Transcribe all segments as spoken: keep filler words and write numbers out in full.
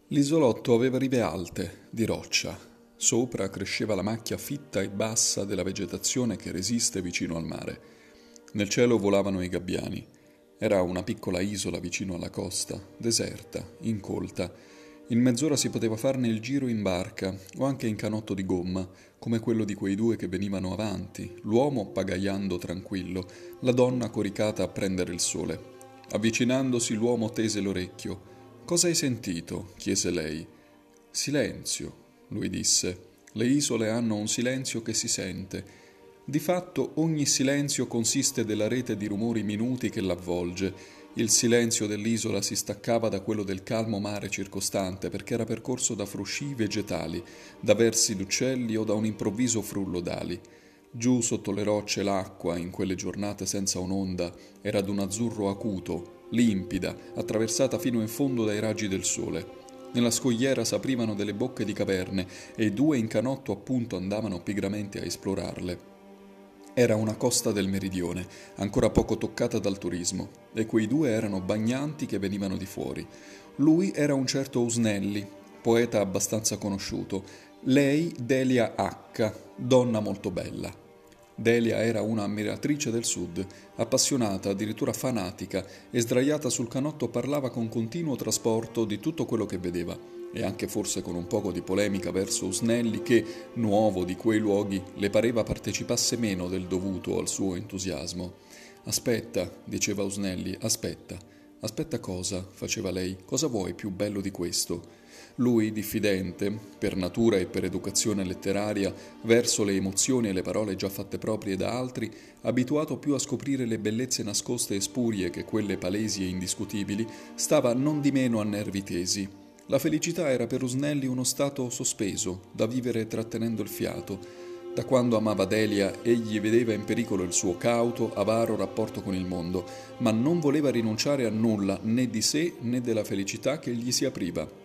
L'isolotto aveva rive alte, di roccia. Sopra cresceva la macchia fitta e bassa della vegetazione che resiste vicino al mare. Nel cielo volavano i gabbiani. Era una piccola isola vicino alla costa, deserta, incolta. In mezz'ora si poteva farne il giro in barca o anche in canotto di gomma, come quello di quei due che venivano avanti, l'uomo pagaiando tranquillo, la donna coricata a prendere il sole. Avvicinandosi l'uomo tese l'orecchio. «Cosa hai sentito?» chiese lei. «Silenzio», lui disse. «Le isole hanno un silenzio che si sente. Di fatto ogni silenzio consiste della rete di rumori minuti che l'avvolge. Il silenzio dell'isola si staccava da quello del calmo mare circostante perché era percorso da fruscii vegetali, da versi d'uccelli o da un improvviso frullo d'ali. Giù sotto le rocce l'acqua, in quelle giornate senza un'onda, era d'un azzurro acuto, limpida, attraversata fino in fondo dai raggi del sole. Nella scogliera s'aprivano delle bocche di caverne e i due in canotto appunto andavano pigramente a esplorarle. Era una costa del meridione, ancora poco toccata dal turismo, e quei due erano bagnanti che venivano di fuori. Lui era un certo Usnelli, poeta abbastanza conosciuto, lei Delia H., donna molto bella. Delia era una ammiratrice del sud, appassionata, addirittura fanatica, e sdraiata sul canotto parlava con continuo trasporto di tutto quello che vedeva, e anche forse con un poco di polemica verso Usnelli che, nuovo di quei luoghi, le pareva partecipasse meno del dovuto al suo entusiasmo. «Aspetta», diceva Usnelli, «aspetta». «Aspetta cosa?» faceva lei. «Cosa vuoi più bello di questo?» Lui, diffidente, per natura e per educazione letteraria, verso le emozioni e le parole già fatte proprie da altri, abituato più a scoprire le bellezze nascoste e spurie che quelle palesi e indiscutibili, stava non di meno a nervi tesi. La felicità era per Usnelli uno stato sospeso, da vivere trattenendo il fiato. Da quando amava Delia, egli vedeva in pericolo il suo cauto, avaro rapporto con il mondo, ma non voleva rinunciare a nulla, né di sé né della felicità che gli si apriva.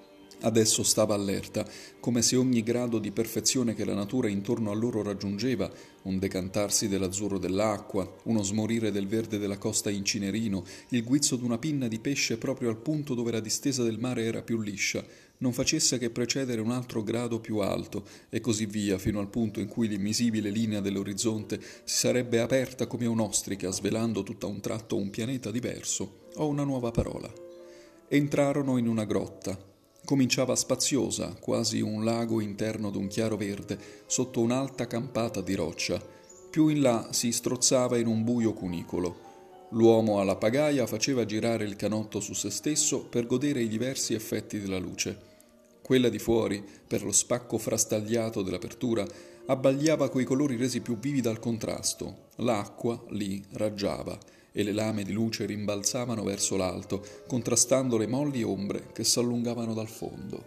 Adesso stava allerta, come se ogni grado di perfezione che la natura intorno a loro raggiungeva, un decantarsi dell'azzurro dell'acqua, uno smorire del verde della costa in cinerino, il guizzo d'una pinna di pesce proprio al punto dove la distesa del mare era più liscia, non facesse che precedere un altro grado più alto, e così via, fino al punto in cui l'invisibile linea dell'orizzonte si sarebbe aperta come un'ostrica, svelando tutto a un tratto un pianeta diverso o una nuova parola. Entrarono in una grotta. Cominciava spaziosa, quasi un lago interno d'un chiaro verde, sotto un'alta campata di roccia. Più in là si strozzava in un buio cunicolo. L'uomo alla pagaia faceva girare il canotto su se stesso per godere i diversi effetti della luce. Quella di fuori, per lo spacco frastagliato dell'apertura, abbagliava coi colori resi più vivi dal contrasto. L'acqua, lì, raggiava, e le lame di luce rimbalzavano verso l'alto, contrastando le molli ombre che s'allungavano dal fondo.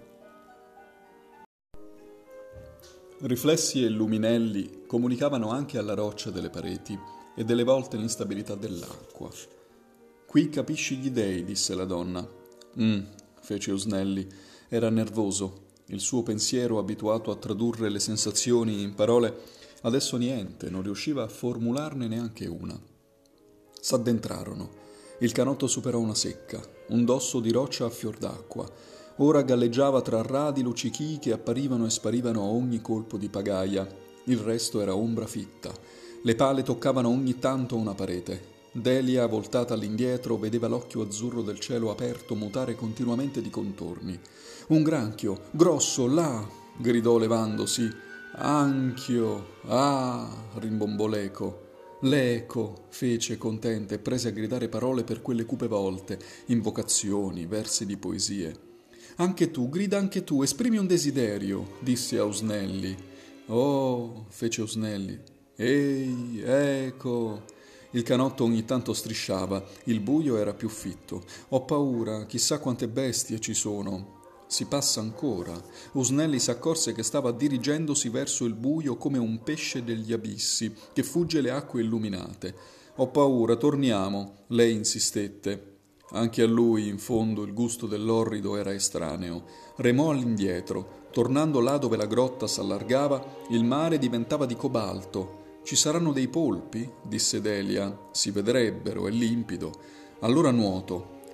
Riflessi e luminelli comunicavano anche alla roccia delle pareti e delle volte l'instabilità dell'acqua. «Qui capisci gli dei», disse la donna. «Mm», fece Usnelli. Era nervoso. Il suo pensiero, abituato a tradurre le sensazioni in parole, adesso niente, non riusciva a formularne neanche una. S'addentrarono. Il canotto superò una secca, un dosso di roccia a fior d'acqua. Ora galleggiava tra radi luccichii che apparivano e sparivano a ogni colpo di pagaia. Il resto era ombra fitta. Le pale toccavano ogni tanto una parete. Delia, voltata all'indietro, vedeva l'occhio azzurro del cielo aperto mutare continuamente di contorni. «Un granchio, grosso, là!» gridò levandosi. «Anch'io! Ah!» rimbombò l'eco. «L'eco», fece contenta e prese a gridare parole per quelle cupe volte, invocazioni, versi di poesie. «Anche tu, grida anche tu, esprimi un desiderio», disse a Usnelli. «Oh», fece Usnelli. «Ehi, ecco». Il canotto ogni tanto strisciava, il buio era più fitto. «Ho paura, chissà quante bestie ci sono». Si passa ancora. Usnelli s'accorse che stava dirigendosi verso il buio come un pesce degli abissi che fugge le acque illuminate. «Ho paura, torniamo», lei insistette. Anche a lui, in fondo, il gusto dell'orrido era estraneo. Remò all'indietro. Tornando là dove la grotta s'allargava, il mare diventava di cobalto. «Ci saranno dei polpi?» disse Delia. «Si vedrebbero, è limpido». «Allora nuoto».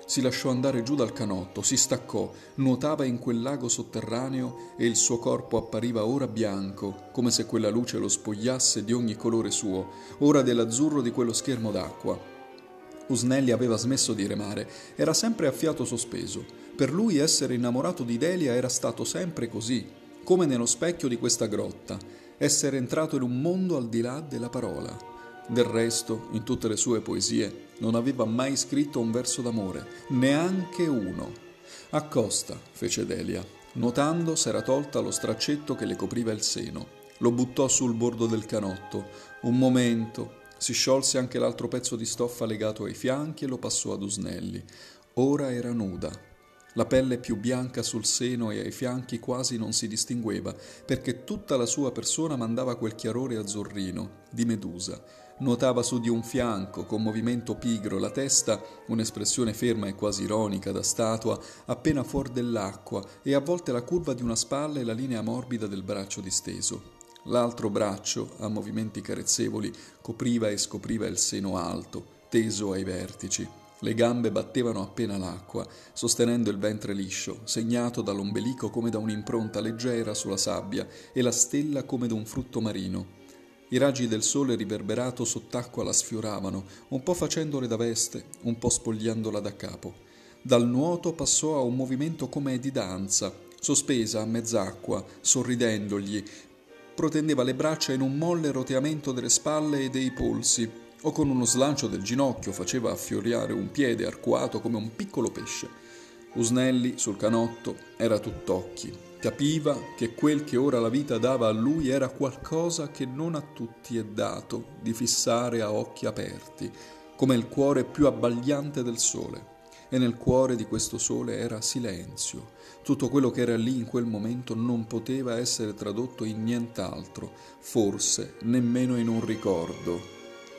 Si lasciò andare giù dal canotto, si staccò, nuotava in quel lago sotterraneo e il suo corpo appariva ora bianco, come se quella luce lo spogliasse di ogni colore suo, ora dell'azzurro di quello schermo d'acqua. Usnelli aveva smesso di remare, era sempre a fiato sospeso. Per lui essere innamorato di Delia era stato sempre così, come nello specchio di questa grotta, essere entrato in un mondo al di là della parola. Del resto, in tutte le sue poesie, non aveva mai scritto un verso d'amore, neanche uno. Accosta, fece Delia. Nuotando s'era tolta lo straccetto che le copriva il seno. Lo buttò sul bordo del canotto. Un momento. Si sciolse anche l'altro pezzo di stoffa legato ai fianchi e lo passò ad Usnelli. Ora era nuda. La pelle più bianca sul seno e ai fianchi quasi non si distingueva, perché tutta la sua persona mandava quel chiarore azzurrino, di Medusa. Nuotava su di un fianco, con movimento pigro, la testa, un'espressione ferma e quasi ironica da statua, appena fuori dell'acqua, e a volte la curva di una spalla e la linea morbida del braccio disteso. L'altro braccio, a movimenti carezzevoli, copriva e scopriva il seno alto, teso ai vertici. Le gambe battevano appena l'acqua, sostenendo il ventre liscio, segnato dall'ombelico come da un'impronta leggera sulla sabbia e la stella come da un frutto marino. I raggi del sole riverberato sott'acqua la sfioravano, un po' facendole da veste, un po' spogliandola da capo. Dal nuoto passò a un movimento come di danza, sospesa a mezz'acqua, sorridendogli, protendeva le braccia in un molle roteamento delle spalle e dei polsi, o con uno slancio del ginocchio faceva affiorare un piede arcuato come un piccolo pesce. Usnelli, sul canotto, era tutt'occhi. Capiva che quel che ora la vita dava a lui era qualcosa che non a tutti è dato, di fissare a occhi aperti, come il cuore più abbagliante del sole. E nel cuore di questo sole era silenzio. Tutto quello che era lì in quel momento non poteva essere tradotto in nient'altro, forse nemmeno in un ricordo.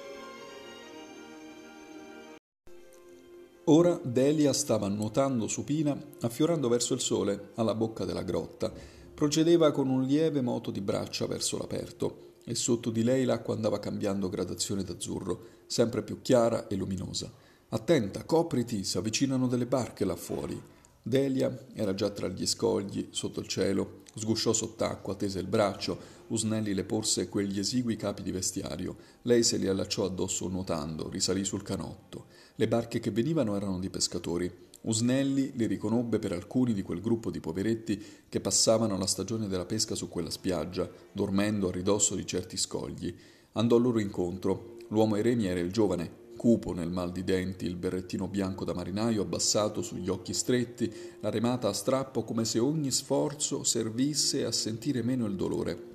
Ora Delia stava nuotando supina, affiorando verso il sole, alla bocca della grotta. Procedeva con un lieve moto di braccia verso l'aperto, e sotto di lei l'acqua andava cambiando gradazione d'azzurro, sempre più chiara e luminosa. «Attenta, copriti, si avvicinano delle barche là fuori». Delia era già tra gli scogli, sotto il cielo, sgusciò sott'acqua, tese il braccio, Usnelli le porse quegli esigui capi di vestiario. Lei se li allacciò addosso nuotando, risalì sul canotto. Le barche che venivano erano di pescatori. Usnelli li riconobbe per alcuni di quel gruppo di poveretti che passavano la stagione della pesca su quella spiaggia, dormendo a ridosso di certi scogli. Andò loro incontro. L'uomo ai remi era il giovane, cupo nel mal di denti, il berrettino bianco da marinaio abbassato sugli occhi stretti, la remata a strappo come se ogni sforzo servisse a sentire meno il dolore.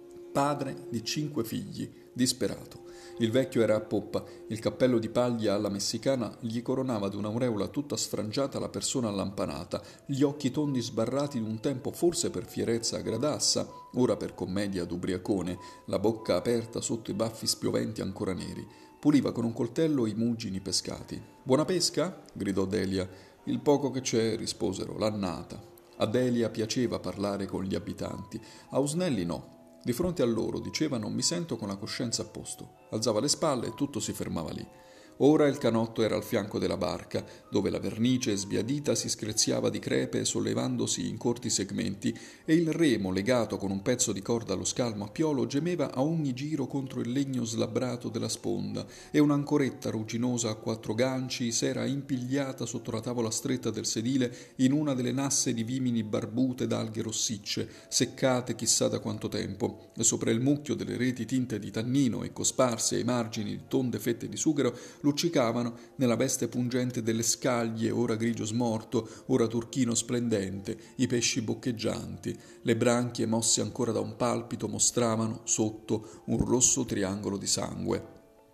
Padre di cinque figli, disperato. Il vecchio era a poppa, il cappello di paglia alla messicana gli coronava d'un'aureola tutta sfrangiata la persona allampanata, gli occhi tondi sbarrati d'un tempo forse per fierezza a gradassa, ora per commedia d'ubriacone, la bocca aperta sotto i baffi spioventi ancora neri. Puliva con un coltello i muggini pescati. «Buona pesca?» gridò Delia. «Il poco che c'è», risposero, «l'annata». A Delia piaceva parlare con gli abitanti, a Usnelli no. Di fronte a loro diceva «non mi sento con la coscienza a posto». Alzava le spalle e tutto si fermava lì. Ora il canotto era al fianco della barca, dove la vernice sbiadita si screziava di crepe sollevandosi in corti segmenti, e il remo, legato con un pezzo di corda allo scalmo a piolo, gemeva a ogni giro contro il legno slabbrato della sponda, e un'ancoretta rugginosa a quattro ganci s'era impigliata sotto la tavola stretta del sedile in una delle nasse di vimini barbute d'alghe rossicce, seccate chissà da quanto tempo, e sopra il mucchio delle reti tinte di tannino e cosparse ai margini di tonde fette di sughero luccicavano nella veste pungente delle scaglie, ora grigio smorto, ora turchino splendente, i pesci boccheggianti. Le branchie mosse ancora da un palpito mostravano, sotto, un rosso triangolo di sangue.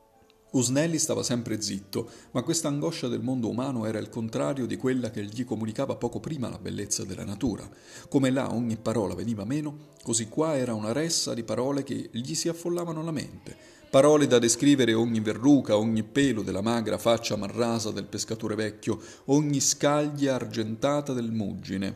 Usnelli stava sempre zitto, ma questa angoscia del mondo umano era il contrario di quella che gli comunicava poco prima la bellezza della natura. Come là ogni parola veniva meno, così qua era una ressa di parole che gli si affollavano alla mente. Parole da descrivere ogni verruca, ogni pelo della magra faccia marrasa del pescatore vecchio, ogni scaglia argentata del muggine.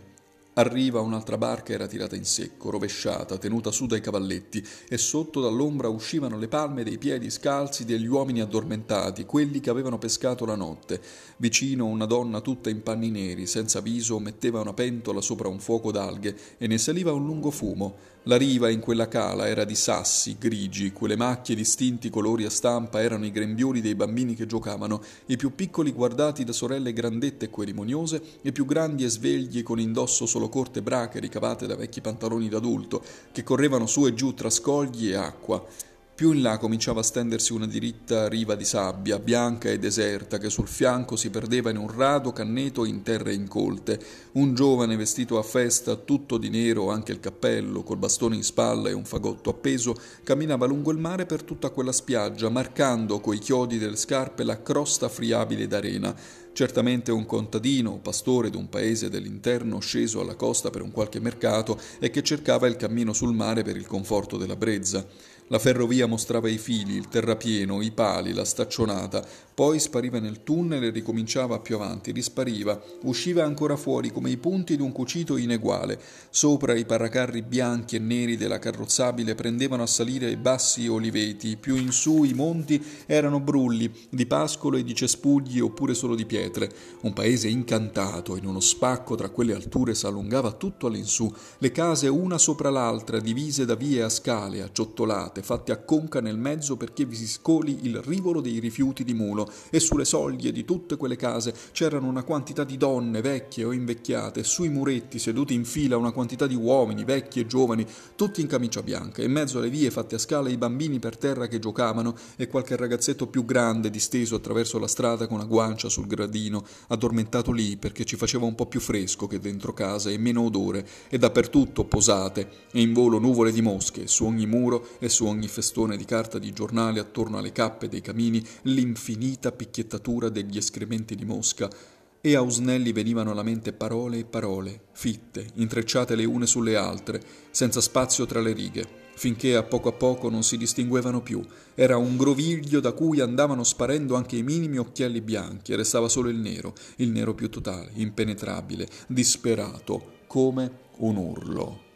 A riva un'altra barca era tirata in secco, rovesciata, tenuta su dai cavalletti, e sotto dall'ombra uscivano le palme dei piedi scalzi degli uomini addormentati, quelli che avevano pescato la notte. Vicino una donna tutta in panni neri, senza viso, metteva una pentola sopra un fuoco d'alghe e ne saliva un lungo fumo. La riva in quella cala era di sassi grigi, quelle macchie di distinti colori a stampa erano i grembiuli dei bambini che giocavano, i più piccoli guardati da sorelle grandette e querimoniose, i più grandi e svegli con indosso solo corte brache ricavate da vecchi pantaloni d'adulto, che correvano su e giù tra scogli e acqua. Più in là cominciava a stendersi una diritta riva di sabbia, bianca e deserta, che sul fianco si perdeva in un rado canneto in terre incolte. Un giovane vestito a festa, tutto di nero, anche il cappello, col bastone in spalla e un fagotto appeso, camminava lungo il mare per tutta quella spiaggia, marcando coi chiodi delle scarpe la crosta friabile d'arena. Certamente un contadino, pastore d'un paese dell'interno sceso alla costa per un qualche mercato e che cercava il cammino sul mare per il conforto della brezza. La ferrovia mostrava i fili, il terrapieno, i pali, la staccionata, poi spariva nel tunnel e ricominciava più avanti, rispariva, usciva ancora fuori come i punti di un cucito ineguale. Sopra i paracarri bianchi e neri della carrozzabile prendevano a salire i bassi oliveti, più in su i monti erano brulli, di pascolo e di cespugli oppure solo di pietre. Un paese incantato, in uno spacco tra quelle alture s'allungava tutto all'insù, le case una sopra l'altra, divise da vie a scale, acciottolate, fatte a conca nel mezzo perché vi si scoli il rivolo dei rifiuti di mulo, e sulle soglie di tutte quelle case c'erano una quantità di donne vecchie o invecchiate, sui muretti seduti in fila una quantità di uomini vecchi e giovani, tutti in camicia bianca, in mezzo alle vie fatte a scala i bambini per terra che giocavano e qualche ragazzetto più grande disteso attraverso la strada con la guancia sul gradino, addormentato lì perché ci faceva un po' più fresco che dentro casa e meno odore, e dappertutto posate e in volo nuvole di mosche, su ogni muro e su ogni festone di carta di giornale attorno alle cappe dei camini l'infinita picchiettatura degli escrementi di mosca, e a Usnelli venivano alla mente parole e parole, fitte, intrecciate le une sulle altre, senza spazio tra le righe, finché a poco a poco non si distinguevano più. Era un groviglio da cui andavano sparendo anche i minimi occhielli bianchi e restava solo il nero, il nero più totale, impenetrabile, disperato, come un urlo.